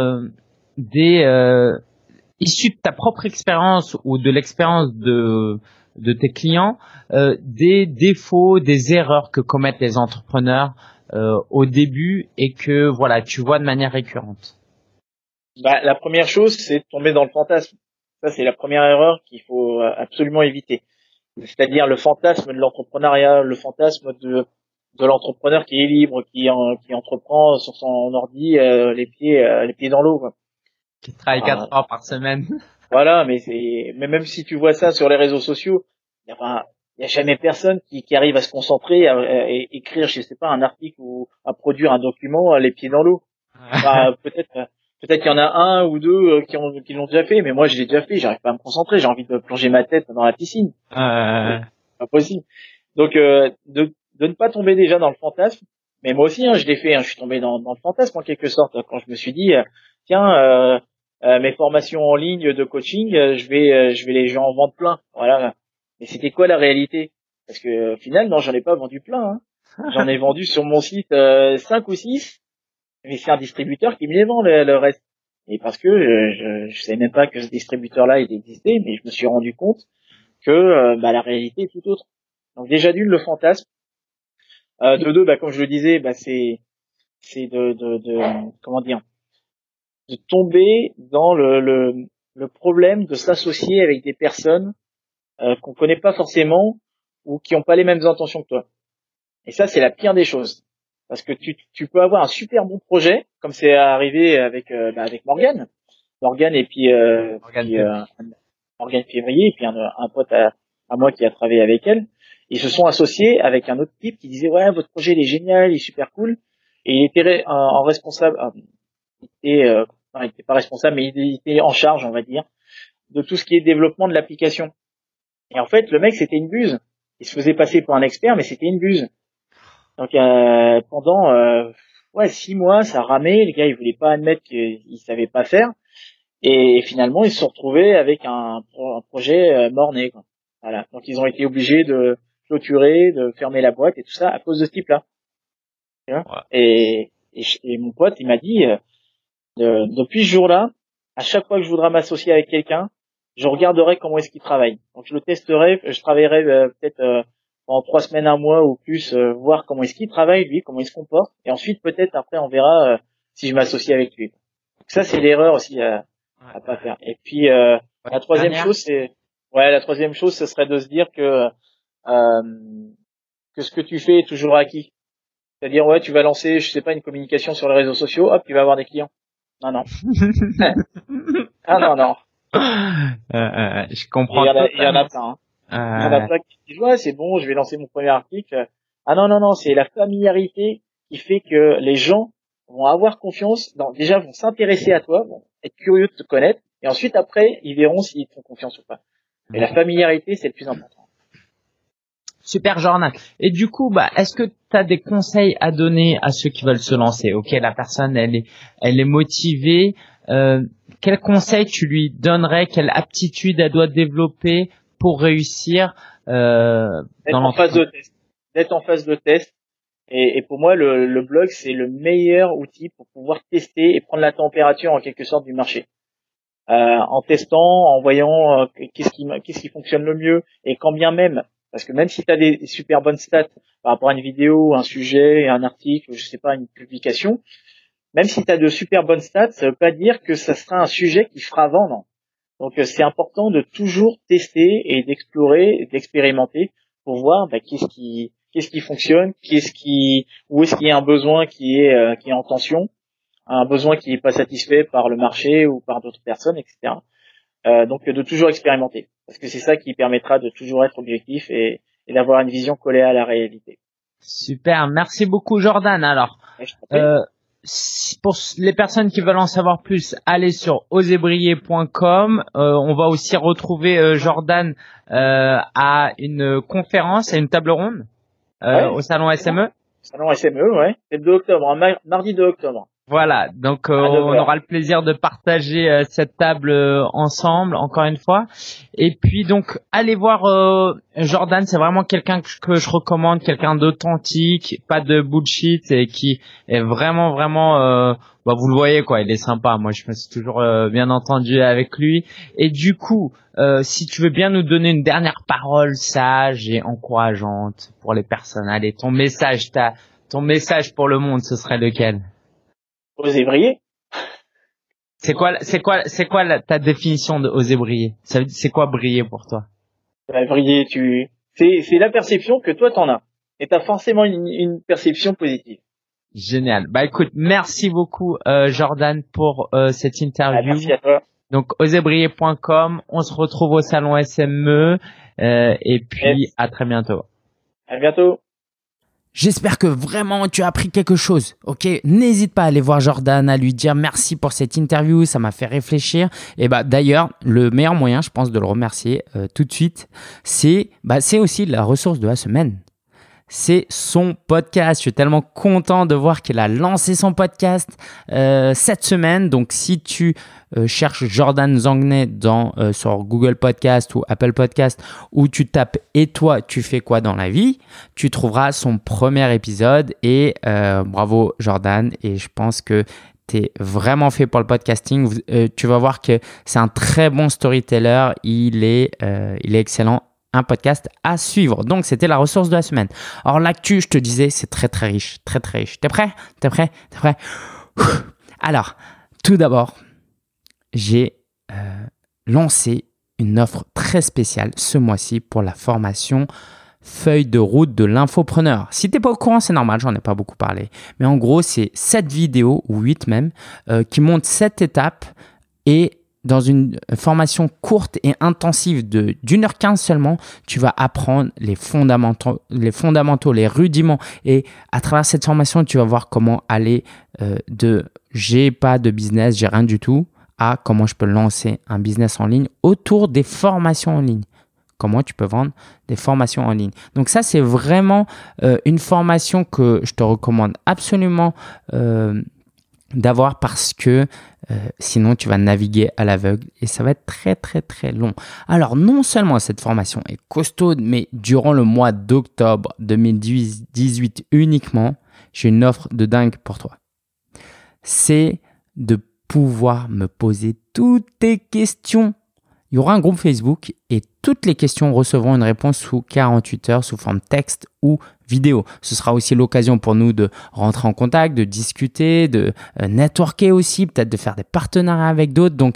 Speaker 1: des issus de ta propre expérience ou de l'expérience de tes clients, des défauts, des erreurs que commettent les entrepreneurs au début et que voilà, tu vois de manière récurrente?
Speaker 2: La première chose, c'est de tomber dans le fantasme. Ça c'est la première erreur qu'il faut absolument éviter. C'est-à-dire le fantasme de l'entrepreneuriat, le fantasme de l'entrepreneur qui est libre, qui entreprend sur son ordi, les pieds dans l'eau, quoi.
Speaker 1: Qui travaille 4 heures par semaine.
Speaker 2: Voilà, mais même si tu vois ça sur les réseaux sociaux, il y a jamais personne qui arrive à se concentrer, à écrire, je sais pas, un article ou à produire un document les pieds dans l'eau. Peut-être qu'il y en a un ou deux qui l'ont déjà fait, mais moi je l'ai déjà fait, j'arrive pas à me concentrer, j'ai envie de plonger ma tête dans la piscine. C'est pas possible. Donc de ne pas tomber déjà dans le fantasme, Mais moi aussi, je l'ai fait. Je suis tombé dans le fantasme en quelque sorte quand je me suis dit, tiens, mes formations en ligne de coaching, je vais les en vendre plein. Voilà. Et c'était quoi la réalité? Parce que au final, non, j'en ai pas vendu plein. Hein. J'en ai vendu sur mon site 5 ou 6, mais c'est un distributeur qui me les vend le reste. Et parce que je savais même pas que ce distributeur-là il existait, mais je me suis rendu compte que la réalité est tout autre. Donc déjà d'une, le fantasme. De deux, comme je le disais, c'est de comment dire, de tomber dans le problème de s'associer avec des personnes qu'on connaît pas forcément ou qui ont pas les mêmes intentions que toi. Et ça, c'est la pire des choses. Parce que tu peux avoir un super bon projet, comme c'est arrivé avec Morgane. Morgane et puis Morgane Février, et puis un pote à moi qui a travaillé avec elle. Ils se sont associés avec un autre type qui disait ouais, votre projet il est génial, il est super cool. Et il était en responsable, il était pas responsable, mais il était en charge, on va dire, de tout ce qui est développement de l'application. Et en fait, le mec, c'était une buse. Il se faisait passer pour un expert, mais c'était une buse. Donc pendant 6 mois, ça ramait. Les gars, ils voulaient pas admettre qu'ils savaient pas faire. Et finalement, ils se sont retrouvés avec un projet mort-né, quoi. Voilà. Donc ils ont été obligés de clôturer, de fermer la boîte et tout ça à cause de ce type-là. Tu vois. Ouais. Et mon pote, il m'a dit depuis ce jour-là, à chaque fois que je voudrais m'associer avec quelqu'un, je regarderai comment est-ce qu'il travaille. Donc je le testerai, je travaillerai peut-être en 3 semaines, un mois ou plus, voir comment est-ce qu'il travaille lui, comment il se comporte, et ensuite peut-être après on verra si je m'associe avec lui. Donc ça c'est l'erreur aussi à pas faire. Et puis la troisième chose ce serait de se dire que ce que tu fais est toujours acquis. C'est-à-dire tu vas lancer, je sais pas, une communication sur les réseaux sociaux, hop, tu vas avoir des clients. Non. Non.
Speaker 1: Je comprends.
Speaker 2: Il y en a plein. Il y en a plein qui disent ouais, c'est bon, je vais lancer mon premier article. Ah non, c'est la familiarité qui fait que les gens vont avoir confiance, déjà vont s'intéresser à toi, vont être curieux de te connaître, et ensuite après ils verront s'ils te font confiance ou pas. Et la familiarité, c'est le plus important.
Speaker 1: Super Jordan. Et du coup, est-ce que tu as des conseils à donner à ceux qui veulent se lancer? Ok, la personne, elle est motivée. Quel conseil tu lui donnerais? Quelle aptitude elle doit développer pour réussir
Speaker 2: d'être en phase de test. D'être en phase de test. Et pour moi, le blog, c'est le meilleur outil pour pouvoir tester et prendre la température en quelque sorte du marché. En testant, en voyant qu'est-ce qui fonctionne le mieux, et quand bien même, parce que même si tu as des super bonnes stats par rapport à une vidéo, un sujet, un article, je sais pas, une publication, même si tu as de super bonnes stats, ça veut pas dire que ça sera un sujet qui fera vendre. Donc c'est important de toujours tester et d'explorer, d'expérimenter pour voir qu'est-ce qui fonctionne, où est-ce qu'il y a un besoin qui est en tension, un besoin qui n'est pas satisfait par le marché ou par d'autres personnes, etc. Donc de toujours expérimenter, parce que c'est ça qui permettra de toujours être objectif et d'avoir une vision collée à la réalité.
Speaker 1: Super, merci beaucoup Jordan. Alors, pour les personnes qui veulent en savoir plus, allez sur oserbriller.com. On va aussi retrouver Jordan à une conférence, à une table ronde au salon SME.
Speaker 2: Salon SME, ouais. C'est le 2 octobre, mardi 2 octobre.
Speaker 1: Voilà, donc on aura le plaisir de partager cette table ensemble, encore une fois. Et puis donc, allez voir Jordan, c'est vraiment quelqu'un que je recommande, quelqu'un d'authentique, pas de bullshit, et qui est vraiment vous le voyez quoi, il est sympa. Moi, je me suis toujours bien entendu avec lui. Et du coup, si tu veux bien nous donner une dernière parole sage et encourageante pour les personnes, allez, ton message pour le monde, ce serait lequel?
Speaker 2: Oser briller.
Speaker 1: C'est quoi ta définition de oser briller? C'est quoi briller pour toi?
Speaker 2: Briller, c'est la perception que toi t'en as. Et t'as forcément une perception positive.
Speaker 1: Génial. Écoute, merci beaucoup Jordan pour cette interview.
Speaker 2: Merci à toi.
Speaker 1: Donc oserbriller.com, on se retrouve au salon SME et puis à très bientôt.
Speaker 2: À bientôt.
Speaker 1: J'espère que vraiment tu as appris quelque chose. Ok, n'hésite pas à aller voir Jordan, à lui dire merci pour cette interview, ça m'a fait réfléchir. Et d'ailleurs, le meilleur moyen, je pense, de le remercier tout de suite, c'est aussi la ressource de la semaine. c'est son podcast. Je suis tellement content de voir qu'il a lancé son podcast cette semaine. Donc, si tu cherches Jordan Zangenais sur Google Podcast ou Apple Podcast, ou tu tapes « Et toi, tu fais quoi dans la vie ?» tu trouveras son premier épisode. Et bravo Jordan. Et je pense que tu es vraiment fait pour le podcasting. Tu vas voir que c'est un très bon storyteller. Il est excellent. Un podcast à suivre. Donc, c'était la ressource de la semaine. Alors, l'actu, je te disais, c'est très, très riche. Très, très riche. T'es prêt? Alors, tout d'abord, j'ai lancé une offre très spéciale ce mois-ci pour la formation feuille de route de l'infopreneur. Si tu n'es pas au courant, c'est normal, j'en ai pas beaucoup parlé. Mais en gros, c'est 7 vidéos, ou 8 même, qui montrent 7 étapes et dans une formation courte et intensive d'1h15 seulement, tu vas apprendre les fondamentaux, les rudiments. Et à travers cette formation, tu vas voir comment aller de « j'ai pas de business, j'ai rien du tout » à comment je peux lancer un business en ligne autour des formations en ligne. Comment tu peux vendre des formations en ligne. Donc ça, c'est vraiment une formation que je te recommande absolument d'avoir parce que sinon tu vas naviguer à l'aveugle et ça va être très très très long. Alors non seulement cette formation est costaude, mais durant le mois d'octobre 2018 uniquement, j'ai une offre de dingue pour toi. C'est de pouvoir me poser toutes tes questions. Il y aura un groupe Facebook et toutes les questions recevront une réponse sous 48 heures sous forme texte ou vidéo. Ce sera aussi l'occasion pour nous de rentrer en contact, de discuter, de networker aussi, peut-être de faire des partenariats avec d'autres. Donc,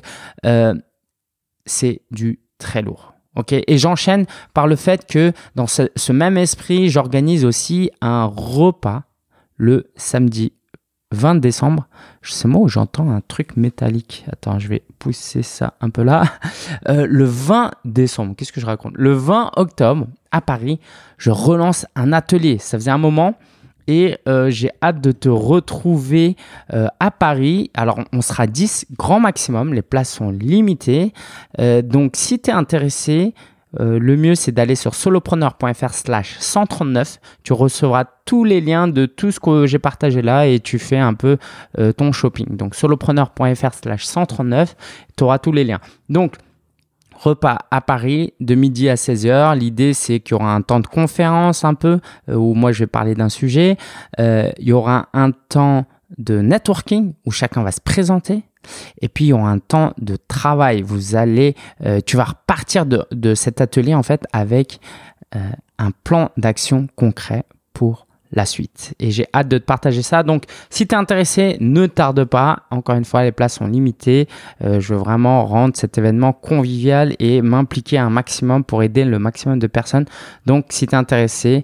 Speaker 1: c'est du très lourd. Okay, et j'enchaîne par le fait que dans ce même esprit, j'organise aussi un repas le samedi 20 décembre. C'est moi où j'entends un truc métallique. Attends, je vais pousser ça un peu là. Le 20 décembre, qu'est-ce que je raconte? Le 20 octobre, à Paris, je relance un atelier. Ça faisait un moment et j'ai hâte de te retrouver à Paris. Alors, on sera 10 grand maximum. Les places sont limitées. Donc, si tu es intéressé, le mieux, c'est d'aller sur solopreneur.fr/139. Tu recevras tous les liens de tout ce que j'ai partagé là et tu fais un peu ton shopping. Donc, solopreneur.fr/139, tu auras tous les liens. Donc, repas à Paris de midi à 16h. L'idée, c'est qu'il y aura un temps de conférence un peu où moi, je vais parler d'un sujet. Il y aura un temps de networking où chacun va se présenter. Et puis, il y aura un temps de travail. Tu vas repartir de cet atelier en fait avec un plan d'action concret pour la suite. Et j'ai hâte de te partager ça. Donc, si tu es intéressé, ne tarde pas. Encore une fois, les places sont limitées. Je veux vraiment rendre cet événement convivial et m'impliquer un maximum pour aider le maximum de personnes. Donc, si tu es intéressé,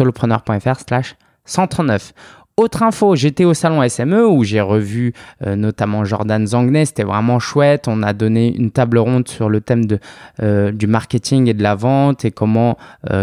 Speaker 1: solopreneur.fr/139. Autre info, j'étais au salon SME où j'ai revu notamment Jordan Zangenais. C'était vraiment chouette. On a donné une table ronde sur le thème du marketing et de la vente et comment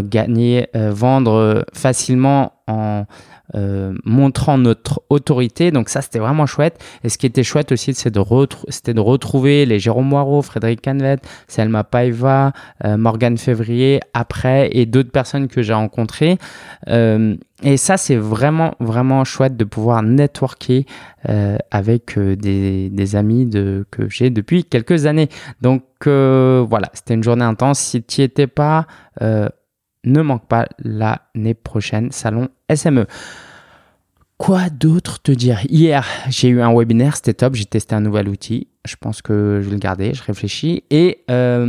Speaker 1: vendre facilement en montrant notre autorité. Donc ça, c'était vraiment chouette. Et ce qui était chouette aussi, c'était de retrouver les Jérôme Moirot, Frédéric Canvet, Selma Paiva, Morgane Février après et d'autres personnes que j'ai rencontrées. Et ça, c'est vraiment, vraiment chouette de pouvoir networker avec des amis que j'ai depuis quelques années. Donc voilà, c'était une journée intense. Si tu n'y étais pas, ne manque pas l'année prochaine, salon SME. Quoi d'autre te dire? Hier, j'ai eu un webinaire, c'était top. J'ai testé un nouvel outil. Je pense que je vais le garder, je réfléchis. Et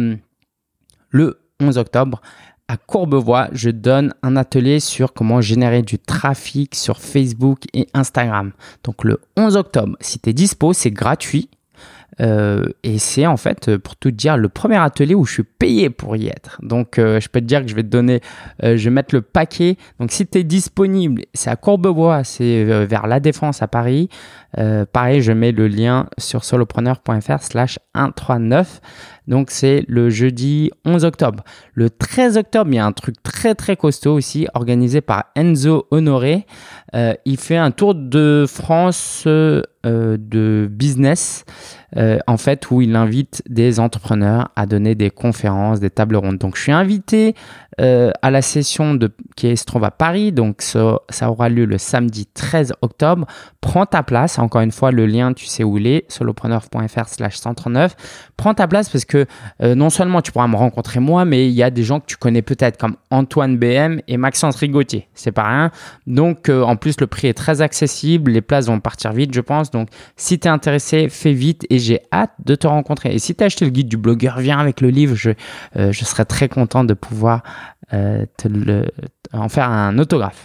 Speaker 1: le 11 octobre, à Courbevoie, je donne un atelier sur comment générer du trafic sur Facebook et Instagram. Donc le 11 octobre, si tu es dispo, c'est gratuit. Et c'est en fait, pour tout te dire, le premier atelier où je suis payé pour y être. Donc, je peux te dire que je vais te donner, je vais mettre le paquet. Donc, si tu es disponible, c'est à Courbevoie, c'est vers La Défense à Paris. Pareil, je mets le lien sur solopreneur.fr/139. Donc, c'est le jeudi 11 octobre. Le 13 octobre, il y a un truc très, très costaud aussi, organisé par Enzo Honoré. Il fait un tour de France de business, en fait, où il invite des entrepreneurs à donner des conférences, des tables rondes. Donc, je suis invité à la session qui se trouve à Paris. Donc, ça aura lieu le samedi 13 octobre. Prends ta place. Encore une fois, le lien, tu sais où il est, solopreneur.fr/139. Prends ta place parce que non seulement tu pourras me rencontrer moi, mais il y a des gens que tu connais peut-être comme Antoine BM et Maxence Rigotier. C'est pas rien. Donc, en plus, le prix est très accessible. Les places vont partir vite, je pense. Donc, si tu es intéressé, fais vite et j'ai hâte de te rencontrer. Et si tu as acheté le guide du blogueur, viens avec le livre. Je serai très content de pouvoir en faire un autographe.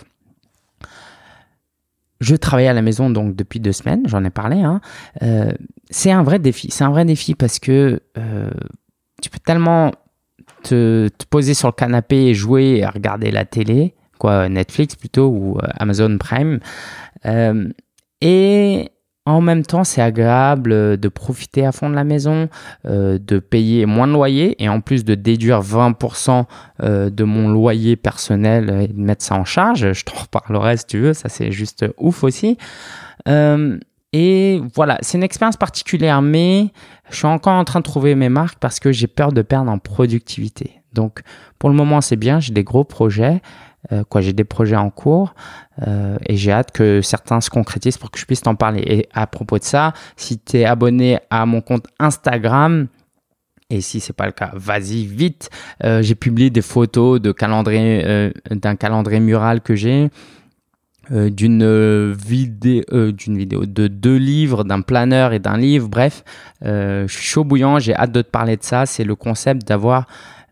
Speaker 1: Je travaille à la maison donc depuis 2 semaines, j'en ai parlé. C'est un vrai défi. C'est un vrai défi parce que tu peux tellement te poser sur le canapé et jouer et regarder la télé, Netflix plutôt ou Amazon Prime. Et en même temps, c'est agréable de profiter à fond de la maison, de payer moins de loyer et en plus de déduire 20% de mon loyer personnel et de mettre ça en charge. Je t'en reparlerai si tu veux, ça c'est juste ouf aussi. Et voilà, c'est une expérience particulière, mais je suis encore en train de trouver mes marques parce que j'ai peur de perdre en productivité. Donc pour le moment, c'est bien, j'ai des gros projets. J'ai des projets en cours et j'ai hâte que certains se concrétisent pour que je puisse t'en parler. Et à propos de ça, si tu es abonné à mon compte Instagram, et si ce n'est pas le cas, vas-y vite. J'ai publié des photos d'un calendrier mural que j'ai, d'une vidéo, de 2 livres, d'un planeur et d'un livre. Bref, je suis chaud bouillant, j'ai hâte de te parler de ça. C'est le concept d'avoir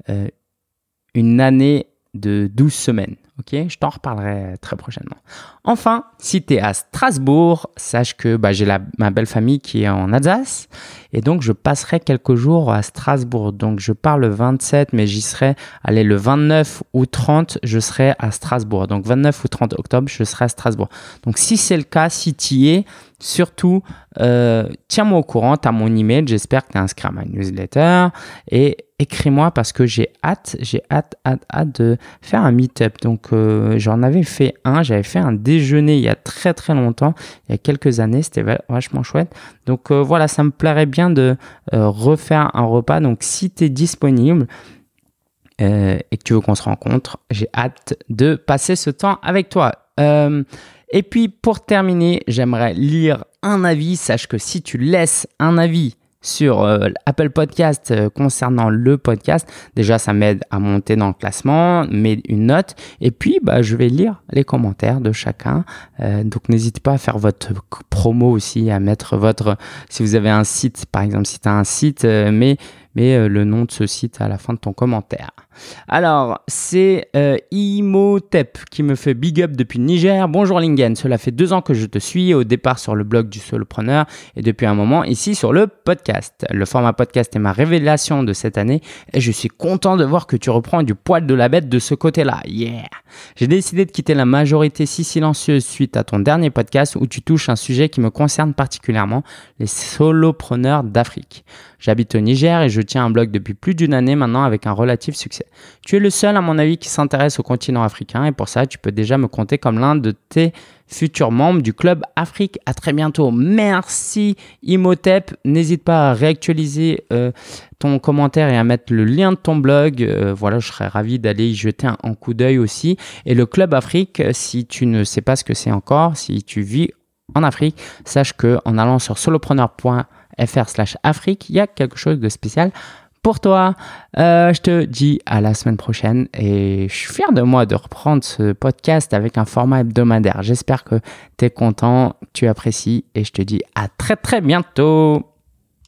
Speaker 1: une année de 12 semaines. Ok, je t'en reparlerai très prochainement. Enfin, si tu es à Strasbourg, sache que j'ai ma belle famille qui est en Alsace et donc je passerai quelques jours à Strasbourg. Donc je pars le 27, mais j'y serai, le 29 ou 30, je serai à Strasbourg. Donc 29 ou 30 octobre, je serai à Strasbourg. Donc si c'est le cas, si tu y es, surtout, tiens-moi au courant, tu as mon email, j'espère que tu es inscrit à ma newsletter et écris-moi parce que j'ai hâte de faire un meet-up. Donc, j'en avais fait j'avais fait un déjeuner il y a très très longtemps, il y a quelques années, c'était vachement chouette. Donc voilà, ça me plairait bien de refaire un repas. Donc si tu es disponible et que tu veux qu'on se rencontre, j'ai hâte de passer ce temps avec toi. Et puis pour terminer, j'aimerais lire un avis. Sache que si tu laisses un avis sur Apple Podcast concernant le podcast, déjà ça m'aide à monter dans le classement, mais une note, et puis je vais lire les commentaires de chacun, donc n'hésitez pas à faire votre promo aussi, à mettre si vous avez un site, par exemple si tu as un site, mais le nom de ce site à la fin de ton commentaire. Alors, c'est Imhotep qui me fait big up depuis le Niger. Bonjour Lingen, cela fait 2 ans que je te suis, au départ sur le blog du solopreneur et depuis un moment ici sur le podcast. Le format podcast est ma révélation de cette année et je suis content de voir que tu reprends du poil de la bête de ce côté-là. Yeah! J'ai décidé de quitter la majorité si silencieuse suite à ton dernier podcast où tu touches un sujet qui me concerne particulièrement, les solopreneurs d'Afrique. J'habite au Niger et je tiens un blog depuis plus d'1 année maintenant avec un relatif succès. Tu es le seul à mon avis qui s'intéresse au continent africain et pour ça tu peux déjà me compter comme l'un de tes futurs membres du Club Afrique. À très bientôt. Merci Imhotep. N'hésite pas à réactualiser ton commentaire et à mettre le lien de ton blog. Je serais ravi d'aller y jeter un coup d'œil aussi. Et le Club Afrique, si tu ne sais pas ce que c'est encore, si tu vis en Afrique, sache qu'en allant sur solopreneur.fr/Afrique, il y a quelque chose de spécial pour toi. Je te dis à la semaine prochaine et je suis fier de moi de reprendre ce podcast avec un format hebdomadaire. J'espère que tu es content, tu apprécies et je te dis à très très bientôt.